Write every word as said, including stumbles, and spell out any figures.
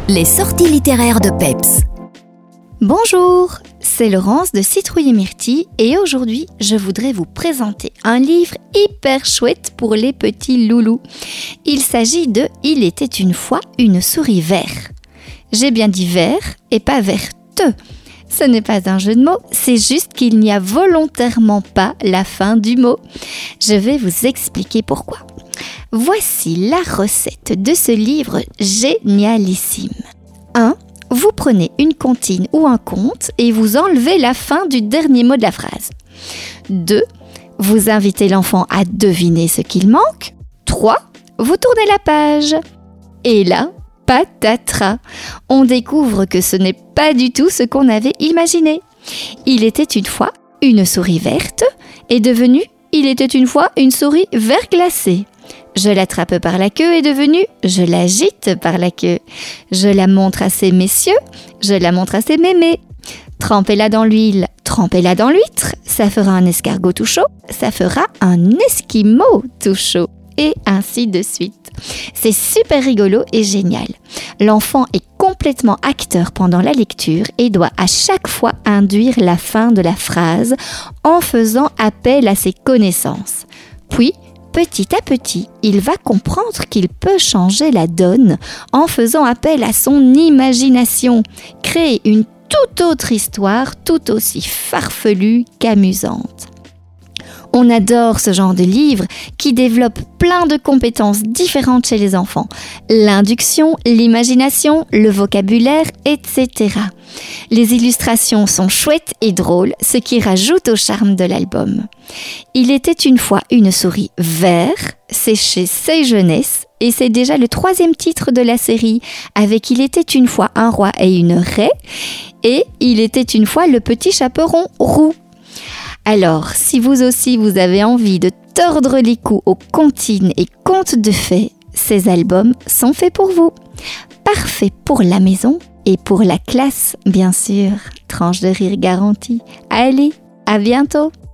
Les sorties littéraires de Peps. Bonjour, c'est Laurence de Citrouille et Myrtille et aujourd'hui je voudrais vous présenter un livre hyper chouette pour les petits loulous. Il s'agit de « Il était une fois une souris vert ». J'ai bien dit vert et pas verte. Ce n'est pas un jeu de mots, c'est juste qu'il n'y a volontairement pas la fin du mot. Je vais vous expliquer pourquoi. Voici la recette de ce livre génialissime. un. Vous prenez une comptine ou un conte et vous enlevez la fin du dernier mot de la phrase. deux. Vous invitez l'enfant à deviner ce qu'il manque. trois. Vous tournez la page. Et là, patatras, on découvre que ce n'est pas du tout ce qu'on avait imaginé. Il était une fois une souris verte est devenue il était une fois une souris verglacée. Je l'attrape par la queue est devenue je l'agite par la queue. Je la montre à ces messieurs, je la montre à ces mémés. Trempez-la dans l'huile, trempez-la dans l'huître, ça fera un escargot tout chaud, ça fera un esquimau tout chaud. Et ainsi de suite. C'est super rigolo et génial. L'enfant est complètement acteur pendant la lecture et doit à chaque fois induire la fin de la phrase en faisant appel à ses connaissances. Puis, petit à petit, il va comprendre qu'il peut changer la donne en faisant appel à son imagination, créer une toute autre histoire tout aussi farfelue qu'amusante. On adore ce genre de livre qui développe plein de compétences différentes chez les enfants. L'induction, l'imagination, le vocabulaire, et cetera. Les illustrations sont chouettes et drôles, ce qui rajoute au charme de l'album. Il était une fois une souris vert, c'est chez Seuil Jeunesse et c'est déjà le troisième titre de la série avec Il était une fois un roi et une raie et Il était une fois le petit chaperon roux. Alors, si vous aussi vous avez envie de tordre les cous aux comptines et contes de fées, ces albums sont faits pour vous. Parfait pour la maison et pour la classe, bien sûr. Tranche de rire garantie. Allez, à bientôt!